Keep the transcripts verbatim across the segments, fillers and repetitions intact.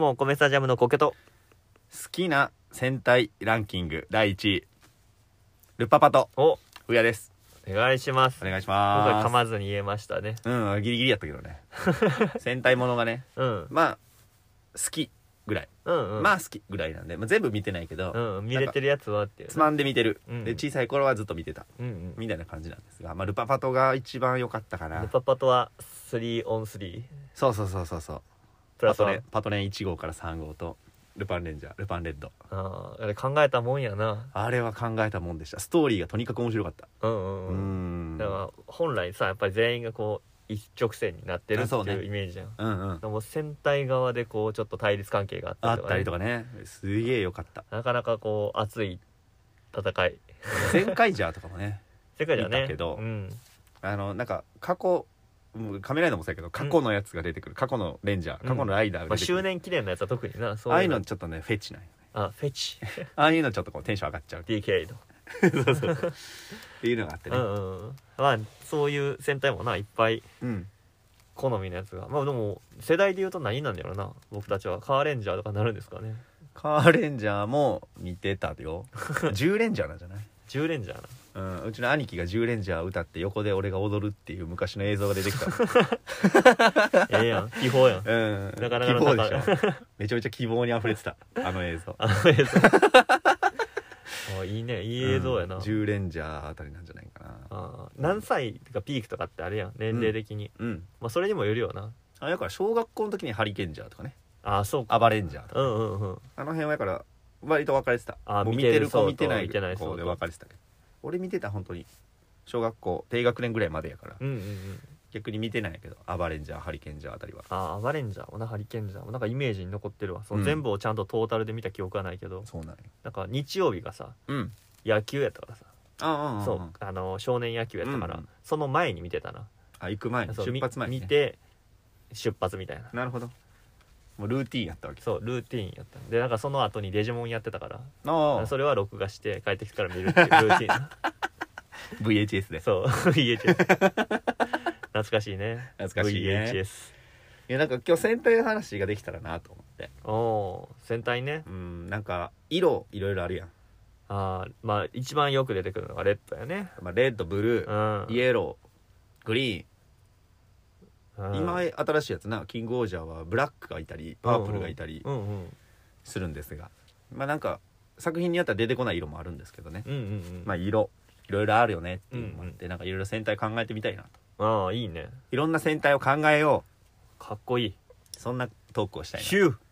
もコメスタジアムのコケと好きな戦隊ランキングだいいちいルパパとおふやです。 お願いします。 お願いし今回ます。 噛まずに言えましたね。 うんギリギリやったけどね戦隊ものがねうんまあ好きぐらい、 うんうんまあ好きぐらいなんで、まあ、全部見てないけど、 うん見れてるやつはっていうね、 つまんで見てる、 うんで小さい頃はずっと見てたうんうんみたいな感じなんですが、まあ、ルパパトが一番良かったかな。 ルパパとは スリーオンスリーそうそうそうそうそうプラスワンパトレンパトレンいち号からさん号とルパンレンジャールパンレッド、 あーあれ考えたもんやな。 あれは考えたもんでした。ストーリーがとにかく面白かった。 うんううんうんんだから本来さやっぱり全員がこう一直線になってるってそうねいうイメージじゃん。 うんうんでも戦隊側でこうちょっと対立関係があったりとか、ね、 あったりとかね、すげえよかった。 なかなかこう熱い戦いゼンカイジャーとかもね世界じゃね見たけどうんあのなんか過去うん仮面ライダーもそうやけど過去のやつが出てくる、過去のレンジャー、 うん過去のライダーまあ、 が出てくる、 周年記念のやつは特になそうああいのいううのちょっとねフェチなんよね。 あフェチああいうのちょっとこうテンション上がっちゃうっディーケイドていうのがあってね。 うんうんまあそういう戦隊もないっぱいうん好みのやつがまあでも世代で言うと何なんだろうな。僕たちはカーレンジャーとかなるんですかね。 カーレンジャーも見てたよジューレンジャーなんじゃない？ ジューレンジャーなうん、うちの兄貴がジューレンジャー歌って横で俺が踊るっていう昔の映像が出てきたええやん気泡やんうんなかなかの希望でしょめちゃめちゃ希望に溢れてたあの映像あの映像あいいねいい映像やな、 うんジューレンジャーあたりなんじゃないかな。 あ何歳とかピークとかってあるやん年齢的に、 うんまあそれにもよるよな。 あだから小学校の時にハリケンジャーとかねあそうかアバレンジャーとか、 うんうんうんあの辺はだから割と分かれてた。 あもう見てる子見見てない見てない子で分かれてたけど、俺見てた本当に小学校低学年ぐらいまでやからうんうんうん逆に見てないけどアバレンジャーハリケンジャーあたりはあアバレンジャーもなハリケンジャーもなんかイメージに残ってるわ。そのうん全部をちゃんとトータルで見た記憶はないけど、 そうなんよ。 なんか日曜日がさうん野球やったからさ、 ああそうあの少年野球やったから、 うんその前に見てたな。 あ行く前そう出発前に、ね、 見て出発みたいな。 なるほど。もうルーティーンやったわけ。 そうルーティーンやったでなんかその後にデジモンやってたからああそれは録画して帰ってきてから見るっていうルーティーンブイエイチエス でそう ブイエイチエス 懐かしいね懐かしいねブイエイチエスいやなんか今日戦隊の話ができたらなと思って。 おお戦隊ね。 うんなんか色いろいろあるやん、 あーまあ一番よく出てくるのがレッドやね。 まあ、レッドブルうー、 んイエローグリーン、 うん今新しいやつなキングオージャーはブラックがいたりパープルがいたりうんうんするんですが、まあなんか作品によっては出てこない色もあるんですけどね、 うんうんうんまあ色いろいろあるよねっていうのもあって、なんかいろいろ戦隊考えてみたいなと。 ああいいねいろんな戦隊を考えよかっこいい。 う、そんなトークをしたいな。 ヒュー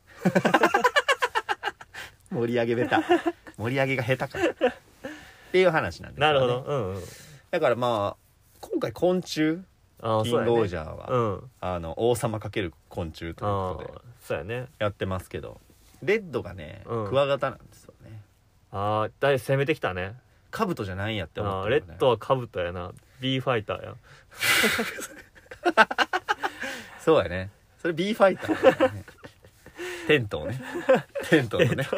盛り上げベタ盛り上げが下手かっていう話なんですよね。 なるほどうんうんだからまあ今回昆虫ああキングオージャャーは、 うんあの王様かける昆虫というこあとであそうやね。 やってますけど、レッドがね、 うんクワガタなんですよね。 ああだいぶ攻めてきたね。 カブトじゃないんやって思ったあよね。 ーレッドはカブトやな B ファイターや。 そうやね、それ B ファイターだねテントをねテントのね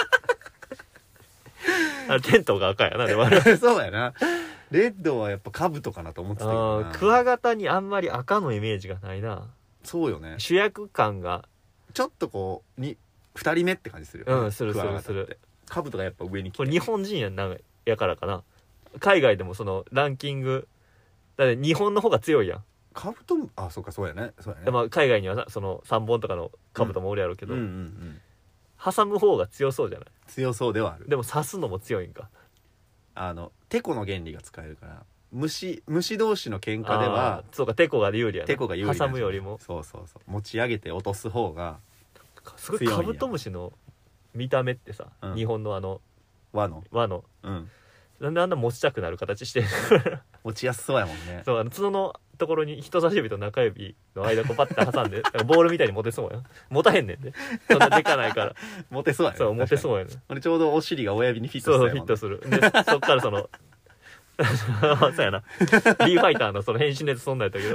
あれテントが赤やなでもあれそうやな、レッドはやっぱカブトかなと思ってたけどな。 あークワガタにあんまり赤のイメージがないな。 そうよね、 主役感がちょっとこうにふたりめって感じするよね。 うんするするクワガタってする。 カブトがやっぱ上に来てこれ日本人やなんやからかな。海外でもそのランキングだって日本の方が強いやん。 カブト、あそうかそうやねそうやね。 でまあ海外にはさそのさんぼんとかのカブトもおるやろうけど、 うんうんうん挟む方が強そうじゃない。 強そうではある。 でも刺すのも強いんか。 あのテコの原理が使えるから虫虫同士の喧嘩であはーそうかテコが有利やな。 テコが有利なんじゃない挟むよりもそうそうそう持ち上げて落とす方がすごい強いんやカブトムシの見た目ってさ、 うん日本のあの輪の、 輪のうん、 なんであんな持ちたくなる形してる持ちやすそうやもんね。 そうあの角のところに人差し指と中指の間こうパッて挟んでなんかボールみたいに持てそうやん。持たへんねんでそんなでかないからモテそうやね。 そう持てう。 そうやねん。 俺ちょうどお尻が親指にフィットそうしてたやもん、ね、 フィットするでそっからそのそうやな B ファイターのその変身のやつそんなんやったけど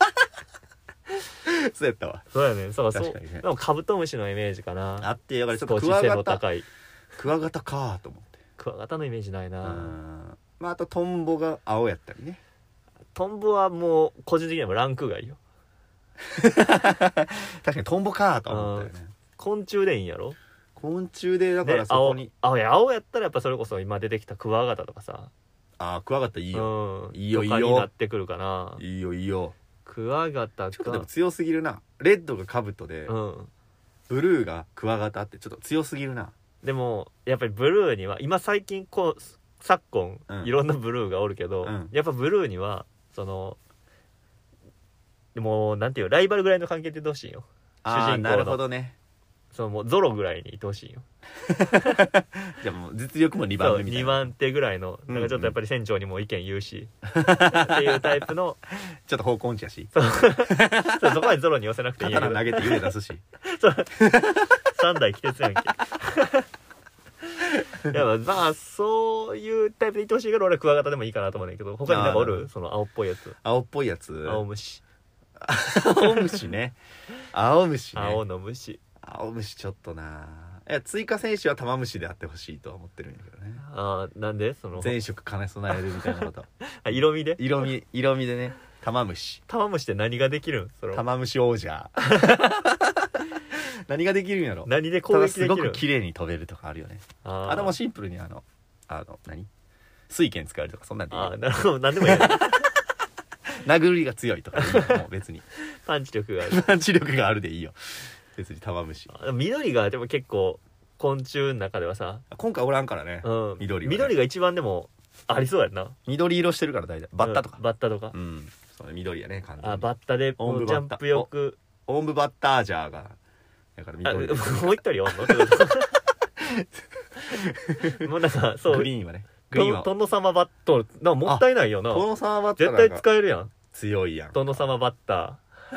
そうやったわ。 そうやねんそうそう確かにねでもカブトムシのイメージかな。 あってだからちょっとク少し背のワガタ高いクワガタかと思って。 クワガタのイメージないな。 うんまああとトンボが青やったりね。 トンボはもう個人的にはランク外よ。 確かにトンボかと思ったよね。 昆虫でいいんやろ。 昆虫でだかでらそこに青青や青やったらやっぱそれこそ今出てきたクワガタとかさ、 あークワガタいいよ、 うん、 いいよいいよとかになってくるかな。 いいよいいよ。 クワガタちょっとでもか、 強すぎるな。レッドがカブトで、 うんブルーがクワガタってちょっと強すぎるな。 でもやっぱりブルーには今最近こう昨今、 うんいろんなブルーがおるけど、 うんやっぱブルーにはそのでもなんていうライバルぐらいの関係でいてほしいよ。主ああなる人公のほどね。 そのもうゾロぐらいにいてほしいよ。 じゃあもう実力もにばんめみたいにな。 ばん手ぐらいのうんなんかちょっとやっぱり船長にも意見言うし、っていうタイプのちょっと方向音痴やしそうそこまでゾロに寄せなくていいんやけど刀投げて湯で出すしさんだい鬼鉄やんけいやまあそういうタイプでいてほしいけど俺はクワガタでもいいかなと思うんだけど、他になんかおあーるその青っぽいやつ。 青っぽいやつ。 青虫、 青虫ね。青虫ね。 青の虫。 青虫ちょっとないや追加選手は玉虫であってほしいとは思ってるんやけどね。 ああなんでその全色兼ね備えるみたいなことあ色味で色味色味でね。玉虫玉虫って何ができるんその玉虫王者何ができるんやろ。 何で攻ただすご撃できるん。 く綺麗に飛べるとかあるよね。 あーあれもシンプルにあのあの何水剣使えるとかそんなんでいいよ。 あーなるほど何でもいいや殴りが強いとかでいいよもう別にパンチ力がある。 パンチ力があるでいいよ別に玉虫。 あ緑がでも結構昆虫の中ではさ、 今回おらんからね、 うん、 緑はね緑が一番でもありそうやんな。 緑色してるから大体バッタとかうんバッタとか、 うん、それ緑やね完全に。 あバッタでオウムバッタもうジャンプよくオウムバッタージャーがだからあ緑もう一人おんのってこともうなんかそうグリーンはねグリーンはトノサマバットなんかもったいないよな。 このサーバッタ絶対なんか使えるやん強いやん。 トノサマバッタ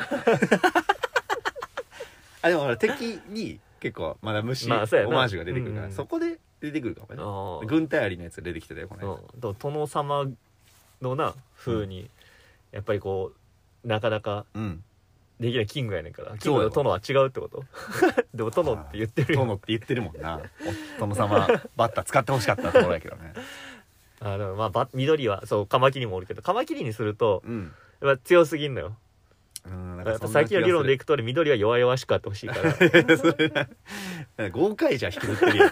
あでもほら敵に結構まだ虫、 まあそうやなオマージュが出てくるから、 うんそこで出てくるかもね。 ー。あ軍隊ありのやつ出てきてたよこれ、 うん、でも殿様のな風に、やっぱりこうなかなかうん、 できないキングやねんからキンそうよグと殿は違うってことでも殿って言ってるよ。 殿って言ってるもんなお殿様バッタ使ってほしかったところやけどね。 あでもまあば緑はそうカマキリもおるけどカマキリにするとうんやっぱ強すぎんのよ。 うんなんやっぱかそんな気がするさっきの理論でいくと緑は弱々しくあってほしいからそれななんか豪快じゃ引きずってるよ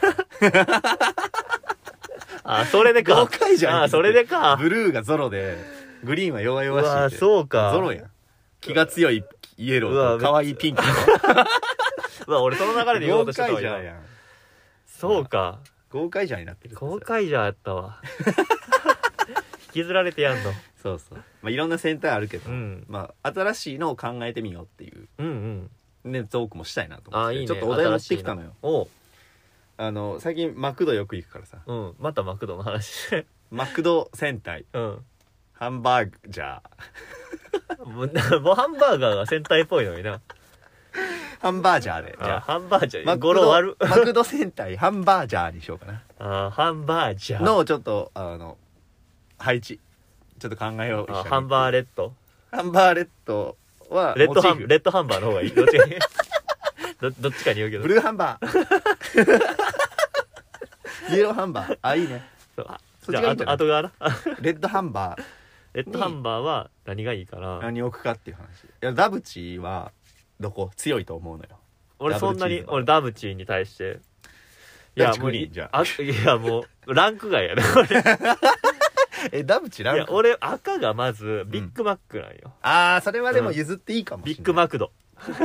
あそれでか豪快じゃんあそれでかブルーがゾロでグリーンは弱うわ 々しいってそうかゾロやん。気が強いイエロうわーと可愛いピンクうわ俺その流れで言おう豪としてたわ今快じゃんやん。 そうか豪快じゃんになってる。 豪快じゃやったわ引きずられてやんの。 そうそう、まあ、いろんな戦隊あるけど、 うんまあ新しいのを考えてみようっていううんうんねトークもしたいなと思ってあいいねちょっとお題持ってきたのよ。 おうあの最近マクドよく行くからさ、 うんまたマクドの話マクド戦隊うんハンバーグじゃもうもうハンバーガーが戦隊っぽいのにな。 ハンバージャーでじゃああハンバージャーマクド語呂悪マクド戦隊ハンバージャーにしようかなあハンバージャーのちょっとあの配置ちょっと考えよう一緒に。 あハンバーレッドハンバーレッドはレッドハモチーフンレッドハンバーの方がいいどっちがいいどどっちかに言うけどブルーハンバーイエローハンバーあいいね。 そうあそっじゃああちがいいんじゃないと後側なレッドハンバーレッドハンバーは何がいいかな。 何置くかっていう話。いやダブチはどこ強いと思うのよ。 俺そんなにダブルチーズの俺ダブチに対していダブチやもうグリーンじゃあいやもうランク外やね俺えダブチランクいや俺赤がまずビッグマックなんよ、 ああそれはでも譲っていいかもしれない。 ビッグマクド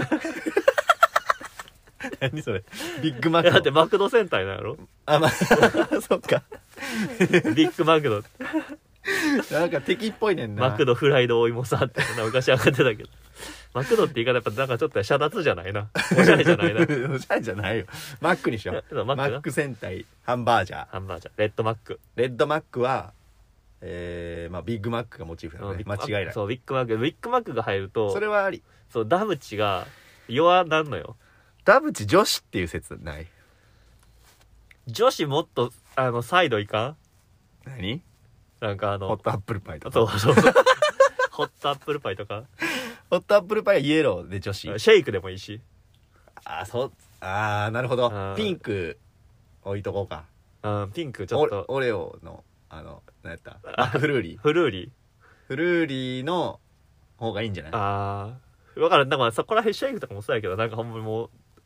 何それビッグマックいやだってマクド戦隊なんやろあまあそっかビッグマクドなんか敵っぽいねんな。 マクドフライドお芋さんってな昔上がってたけどマクドって言い方やっぱなんかちょっと遮奪じゃないなおしゃれじゃないなおしゃれじゃないよ。マックにしよう。 そうマックなマック戦隊ハンバージャー。 ハンバージャーレッドマックレッドマックはえー、まあビッグマックがモチーフだね。 うんビッグマック間違いない。 そうビッグマックビッグマックが入るとそれはあり。 そうダブチが弱なんのよ。 ダブチ女子っていう説ない。 女子もっとあのサイドいかん何なんかあのホットアップルパイとか。 そうそうそうホットアップルパイとかホットアップルパイはイエローで女子。 シェイクでもいいしあーそうあーなるほどあーピンク置いとこうか。 うんピンクちょっとオオレオのあの何やったマックフルーリーフルーリーフルーリーの方がいいんじゃない。 あー分からんなんかそこら辺シェイクとかもそうやけどなんかほんまにもう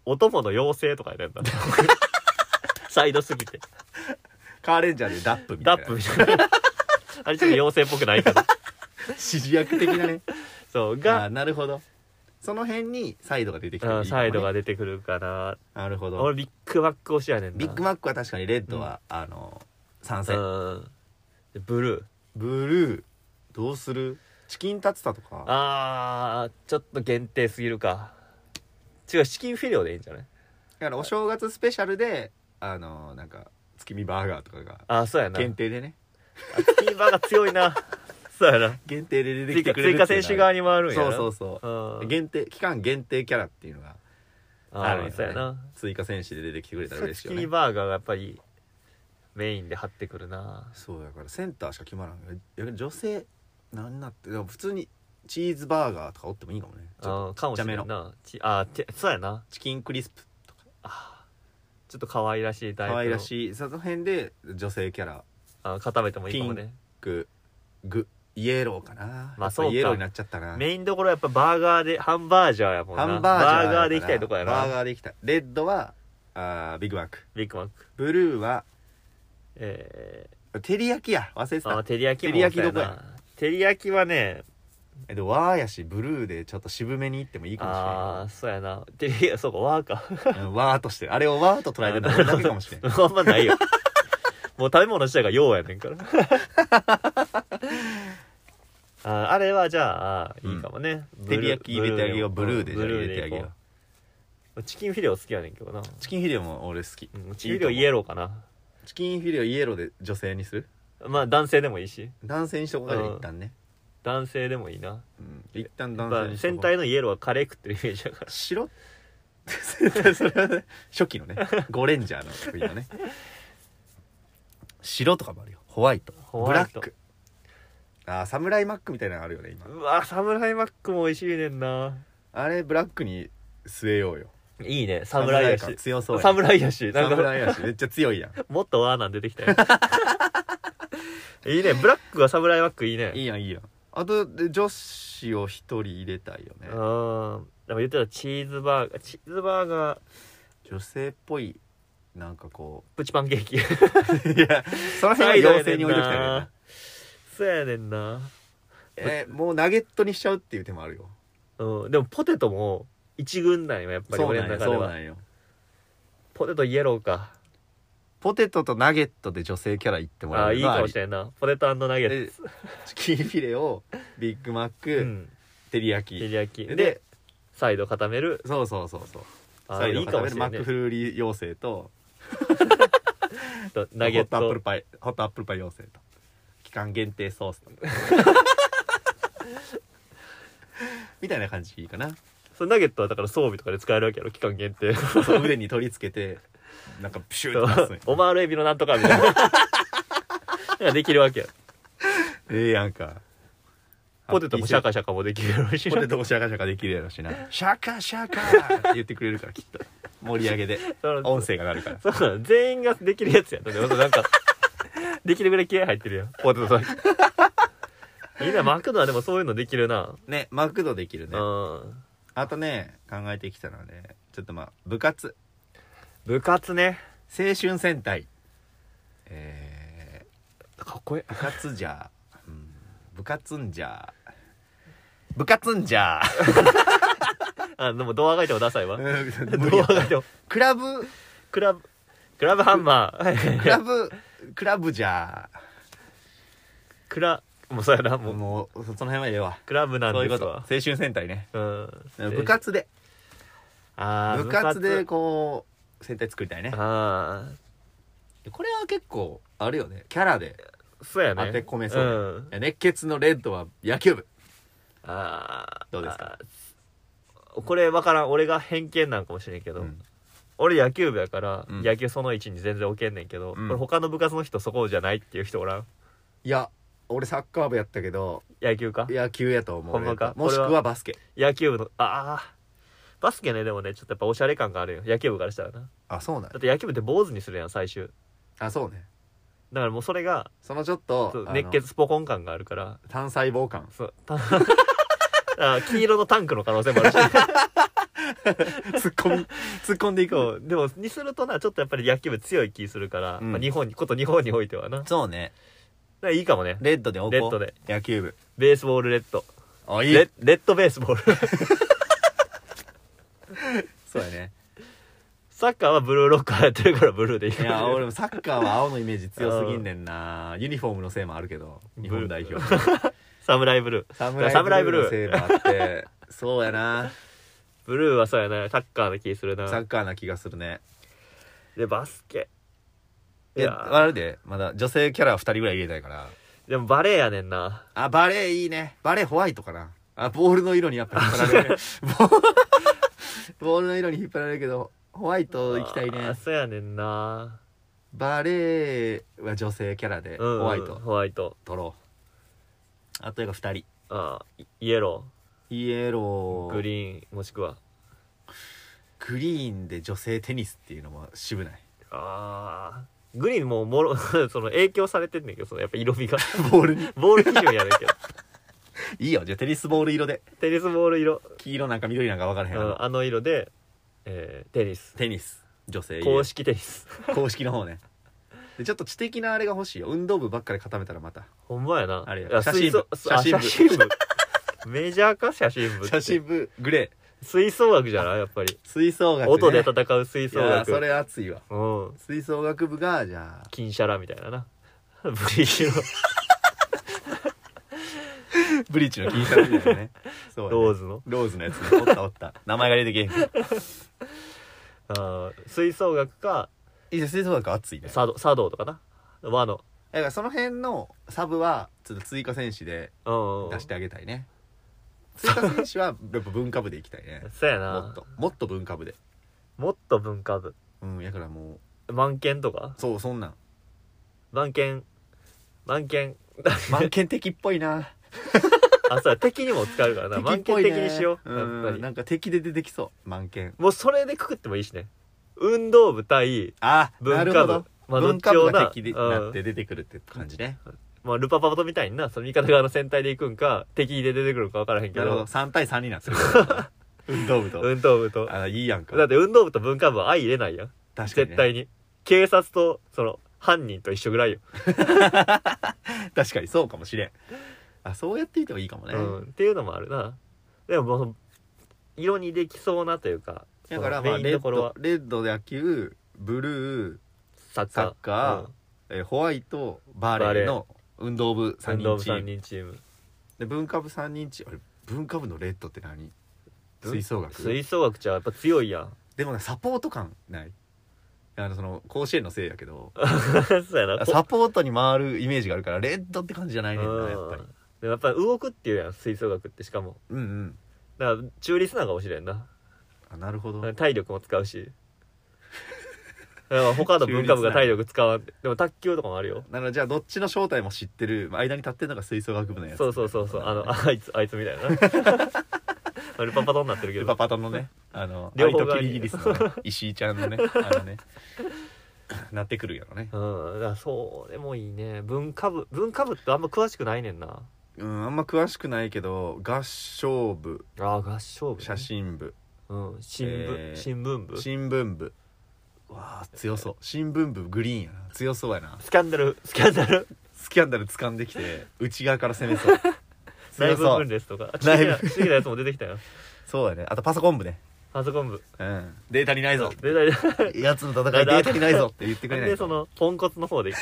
お供の妖精とかやねんなサイドすぎてカーレンジャーでダップみたいなダップみたいなあれちょっと妖精っぽくないから指示役的なねそうががなるほどその辺にサイドが出てきてる、 あサイドが出てくるかな。 なるほど。 俺ビッグマック推しやねんな。 ビッグマックは確かにレッドは、うん、あの参戦。 うんブルーブルーどうする？チキンタツタとか。 あーちょっと限定すぎるか。違うチキンフィレオでいいんじゃない？ だからお正月スペシャルであのなんか月見バーガーとかがあそうやな限定でね。 月見バーガー強いなそうやな限定で出てきてくれる追加選手側に回るんやな。 そうそうそう、限定期間限定キャラっていうのがあるんや、ね、 そうやな。 追加選手で出てきてくれたら嬉しいよね。 月見バーガーがやっぱりメインで張ってくるな。 そうだからセンターしか決まらんけど女性なんなってでも普通にチーズバーガーとかおってもいいかもね。ちょっとかもしれないな。あそうやな。 チキンクリスプとかあちょっと可愛らしいタイプの可愛らしいその辺で女性キャラあ固めてもいいかもね。 ピンクグイエローかな。 まあそうかイエローになっちゃったな。 メインどころやっぱバーガーでハンバージャーやもんな。 ハンバージャーバーガーで行きたいとこやな。 バーガーで行きたい。レッドはあービッグマックビッグマックブルーはえ照り焼きや忘れてた。 あ照り焼きも照り焼きどこや。 照り焼きはねえでワーやしブルーでちょっと渋めに行ってもいいかもしれない。 ああそうやな照り焼きそうかワーかうんワーとしてあれをワーと捉えてるの俺だけかもしれないあんまないよもう食べ物自体がようやねんからああれはじゃあいいかもね、 うん、照り焼き入れてあげよう。ブルーでじゃあ入れてあげよう。チキンフィレオ好きやねんけどな。 チキンフィレオも俺好き、 うん、チキンフィレオイエローかな。 チキンフィレオイエローで女性にする？ まあ男性でもいいし男性にしとこうかね、うん、一旦ね男性でもいいな、 うん、一旦男性にしとこう。 戦隊のイエローはカレー食ってるイメージだから白それは、ね、初期のねゴレンジャーの時のね白とかもあるよ。ホワイトブラックあーサムライマックみたいなのあるよね今。 うわサムライマックも美味しいねんな。 あれブラックに据えようよ。 いいねサムライやし強そうや。 サムライやしサムライやしめっちゃ強いやんもっとワーなん出てきたよいいねブラックはサムライマックいいね。 いいやんいいやん。あとで女子を一人入れたいよね。 うんでも言ってたチーズバーガーチーズバーガー女性っぽいなんかこうプチパンケーキいやその辺は妖精に置いときたいね。 そうやねんな。 えー、もうナゲットにしちゃうっていう手もあるよ。 うんでもポテトも一軍なんよやっぱり俺の中では。 そうなんよ。 ポテトイエローか。 ポテトとナゲットで女性キャラ言ってもらあうのいいかもしれんな。ポテト&ナゲットチキンフィレオビッグマック、うん、照り焼き照り焼きででサイド固める。 そうそうそうそうあサイド固めるマックフルーリー妖精とナゲットホットアップルパイホットアップルパイ妖精と期間限定ソースみたいな感じいいかな。 そのナゲットはだから装備とかで使えるわけやろ期間限定腕に取り付けてなんかプシューって出すんやオマールエビのなんとかみたいなできるわけや。 ええやんか。 ポテトもシャカシャカもできるやろしポテトもシャカシャカできるやろしなシャカシャカって言ってくれるからきっと盛り上げで音声が鳴るからそう全員ができるやつやん。なんかできるぐらい気合入ってるよポテトだけいいな。マクドはでもそういうのできるな。 ねマクドできるね。 うんあとね考えてきたのはねちょっとまあ部活部活ね青春戦隊えー、かっこいい部活じゃ、うん、部活んじゃ部活んじゃあでも動画書いてもダサいわ動画書いてもクラブクラブクラブハンマークラブクラブじゃクラもうそうやなもうもうその辺はええわ。 クラブなんですわ。 そういうこと青春戦隊ね、 うん、 部活であ部活でこう戦隊作りたいね。 あこれは結構あるよねキャラでそうやね当て込めそう、 うん、 熱血のレッドは野球部。 あどうですかこれ分からん俺が偏見なんかもしれんけど、うん、俺野球部やから、うん、野球その位置に全然置けんねんけど、うん、これ他の部活の人そこじゃないっていう人おらん？ いや俺サッカー部やったけど野球か野球やと思う。 ほんまか。 もしくはバスケ。 野球部のああバスケね。でもねちょっとやっぱおしゃれ感があるよ野球部からしたらな。 あそうなんだって野球部って坊主にするやん最終。 あそうね。 だからもうそれがそのちょっと熱血スポコン感があるから単細胞感。 そうあ黄色のタンクの可能性もあるしツッコミ突っ込んでいく。 そうでもにするとなちょっとやっぱり野球部強い気するから、 うんまあ、日本にこと日本においてはなだかそうね。 らいいかもね。 レッドで置こう。 レッドで野球部。 ベースボールレッドあ、いい。 レレッドベースボールそうやね。 サッカーはブルーロッカーやってるからブルーでいいいや俺もサッカーは青のイメージ強すぎんねんな。ユニフォームのせいもあるけど、日本代表サムライブルーササムライブルーのせいもあってそうやな。 ブルーはそうやなサッカーな気するな。 サッカーな気がするね。 でバスケいいややあれでまだ女性キャラふたりぐらい入れたいから。 でもバレーやねんな。 あ、バレーいいね。バレーホワイトかな。あ、ボールの色にやっぱ引っ張られるねボールの色に引っ張られるけどホワイト行きたいあね。 そうやねんな。 バレーは女性キャラでうんうんホワイトホワイト取ろう。あとがふたり。 あイイエロイエローーグリーンもしくはグリーンで女性テニスっていうのも渋ない。 あーグリーンもうもろその影響されてんねんけどそのやっぱ色味がボールにボール基準やねんけどいいよ。じゃあテニスボール色で。 テニスボール色、 黄色なんか緑なんか分からへん、 うん、あの色で、えーテニステニス女性公式テニス公式の方ね。でちょっと知的なあれが欲しいよ。運動部ばっかり固めたらまたほんまやな。 あれやいや写真部吹奏あ写真部写真部メジャーか写真部って写真部グレ吹奏楽じゃないやっぱりー吹奏楽、ね、 音で戦う吹奏いや楽それ熱いわ。 うん吹奏楽部がじゃあ金シャラみたいななブリーチのブリーチの金シャラみたいなねそうやねローズのローズのやつね。おったおった名前が出てけへんけどあー吹奏楽かいや吹奏楽熱いね。 茶道茶道とかな和のだからその辺のサブはちょっと追加選手でうんうん出してあげたいね。追加選手はやっぱ文化部で行きたいねそうやなもっともっと文化部で。 もっと文化部うんやからも満研とかうそうそんなん満研満研満研的っぽいなあそうや敵にも使うからな満研敵っぽいね。 的にしよううんやっぱりなんか敵で出てきそう満研。 もうそれでくくってもいいしね運動部対あ文化部なるほど、 まあ文化部どっちをなが敵になって出てくるって感じね。 まあルパパパトみたいになその味方側の戦隊で行くんか敵で出てくるんか分からへんけどなるほどさん対さんになってる運動部と、 運動部とあいいやんか。 だって運動部と文化部は相入れないやん確かに、ね、 絶対に警察とその犯人と一緒ぐらいよ、 確かにそうかもしれん。あそうやっていてもいいかもね、 うん、っていうのもあるな。でももう色にできそうなというかだからまあレッメインどころはドレッド野球ブルーサッカーサッカー、えーホワイトバレーの運動部うん、 さん運動部さんにんチームにんチームで文化部さんにんチーム。あれ文化部のレッドって何？吹奏楽。 吹奏楽ちゃやっぱ強いやんでもねサポート感ない？あのその甲子園のせいやけどそうやなサポートに回るイメージがあるからレッドって感じじゃないねんなやっぱり。 でもやっぱり動くっていうやん吹奏楽ってしかもうんうんだから中立なのかもしれんなあなるほど。 体力も使うしだから他の文化部が体力使わんでも卓球とかもあるよなのでじゃあどっちの正体も知ってる間に立ってるのが吹奏楽部のやつ。 そうそうそうそうあのあいつあいつみたいなルパパトになってるけどルパパトのねあの両方アイト側にキリギリスの、ね、石井ちゃんのねあのねなってくるやろね。 うんだからそれもいいね文化部文化部ってあんま詳しくないねんなうんあんま詳しくないけど合唱部あー合唱部、ね、 写真部うん新聞、 えー新聞部新聞部わあ強そう新聞部グリーンやな強そうやな。 スキャンダルスキャンダルスキャンダル掴んできて内側から攻めそう内部強そう分裂とか不内部思議な不思議なやつも出てきたよそうやね。あとパソコン部ね。 パソコン部うんデータにないぞででやつの戦いデータにないぞって言ってくれないでそのポンコツの方で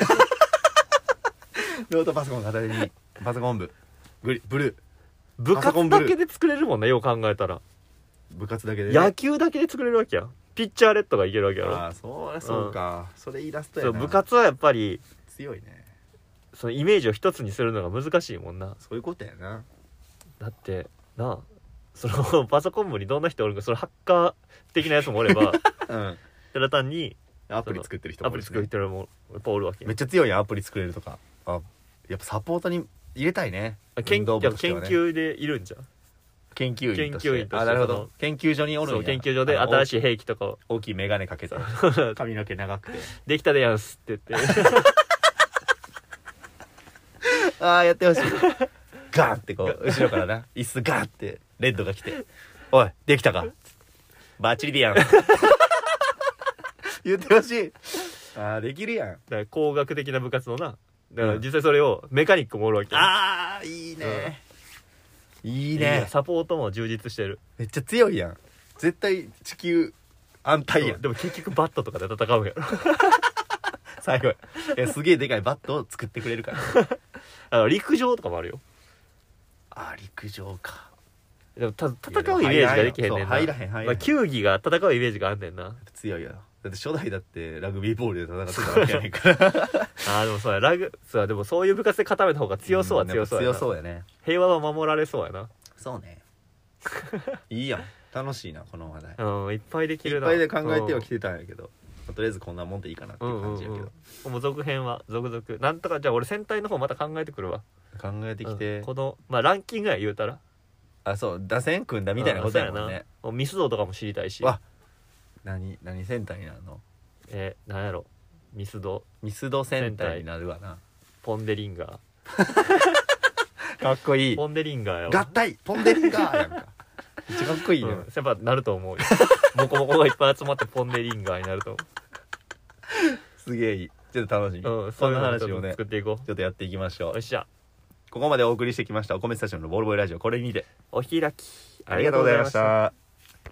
ノートパソコン片手にパソコン部グリブルー部パソコンブルー活だけで作れるもんねよう考えたら部活だけで、 野球だけで作れるわけやんピッチャーレッドがいけるわけやろああそうそうか、うん、それイラストやな。 そう部活はやっぱり強いね。 そのイメージを一つにするのが難しいもんな。 そういうことやな。 だってなあそのパソコン部にどんな人おるかそのハッカー的なやつもおればうんただ単にアプリ作ってる人もアプリいるしね作る人もやっぱおるわけめっちゃ強いやんアプリ作れるとか。あやっぱサポートに入れたいね。 研運動部として研はね究でいるんじゃん研究員として研究員としてあなるほどその研究所におるんや。 そう研究所で新しい兵器とかを大きい眼鏡かけて髪の毛長くてできたでやんすって言ってああやってほしいガーンってこう後ろからな椅子ガーンってレッドが来ておいできたかバッチリでやん言ってほしい。ああできるやん。 だから工学的な部活のな、だから実際それをメカニックもおるわけ。 ああいいね、うん、いいね。 いいサポートも充実してる。 めっちゃ強いやん。絶対地球安泰やん。 でも結局バットとかで戦うんやろ最後えすげえでかいバットを作ってくれるからあの陸上とかもあるよ。 あー陸上か。 でもた戦うイメージができへんねんな。 入らへん入らへん、 まあ、球技が戦うイメージがあんねんな。 強いよ。だって初代だってラグビーボールで戦ってたわけやねんからああでもそうやラグそうでもそういう部活で固めた方が強そうは強そうやな、 強そうやね。 平和は守られそうやな。 そうねいいやん。楽しいなこの話題。 うんいっぱいできるな。 いっぱいで考えてはきてたんやけど、とりあえずこんなもんでいいかなっていう感じやけど、 うんうんうん、もう続編は続々なんとか。じゃあ俺戦隊の方また考えてくるわ。 考えてきて、 うん、このまあランキングや言うたらあそう打線組んだみたいなことやもんね。 もうミスドとかも知りたいし。 わ何何戦隊になるの。 えー、なんやろミスドミスド戦隊になるわな。 ポンデリンガーかっこいい。 ポンデリンガーやわ。 合体ポンデリンガーやんかめっちゃかっこいいね、うん、 やっぱなると思うよモコモコがいっぱい集まってポンデリンガーになると思うすげえいい。ちょっと楽しみ、 うん、 そんな話をね作っていこう。 ちょっとやっていきましょう。 よっしゃ。 ここまでお送りしてきましたお米スタジオのボールボーイラジオ、これにてお開き。 ありがとうございました。